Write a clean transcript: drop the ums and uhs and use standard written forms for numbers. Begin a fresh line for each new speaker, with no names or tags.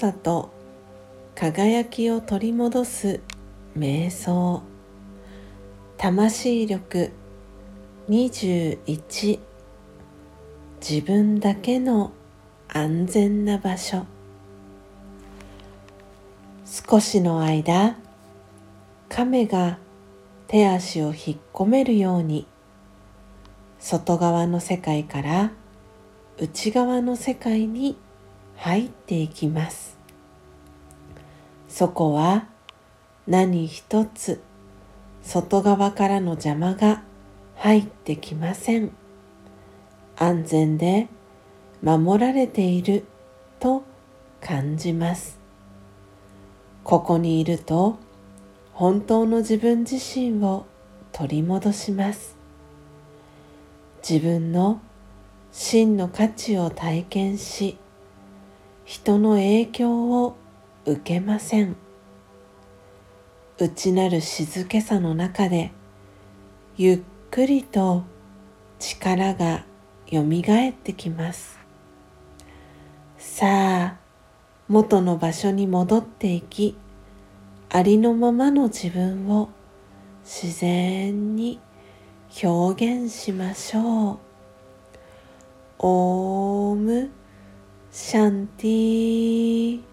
さと輝きを取り戻す瞑想。魂力21。自分だけの安全な場所。少しの間、亀が手足を引っ込めるように、外側の世界から内側の世界に入っていきます。そこは何一つ外側からの邪魔が入ってきません。安全で守られていると感じます。ここにいると本当の自分自身を取り戻します。自分の真の価値を体験し、人の影響を受けません。内なる静けさの中で、ゆっくりと力がよみがえってきます。さあ、元の場所に戻っていき、ありのままの自分を自然に表現しましょう。オームシャンティー。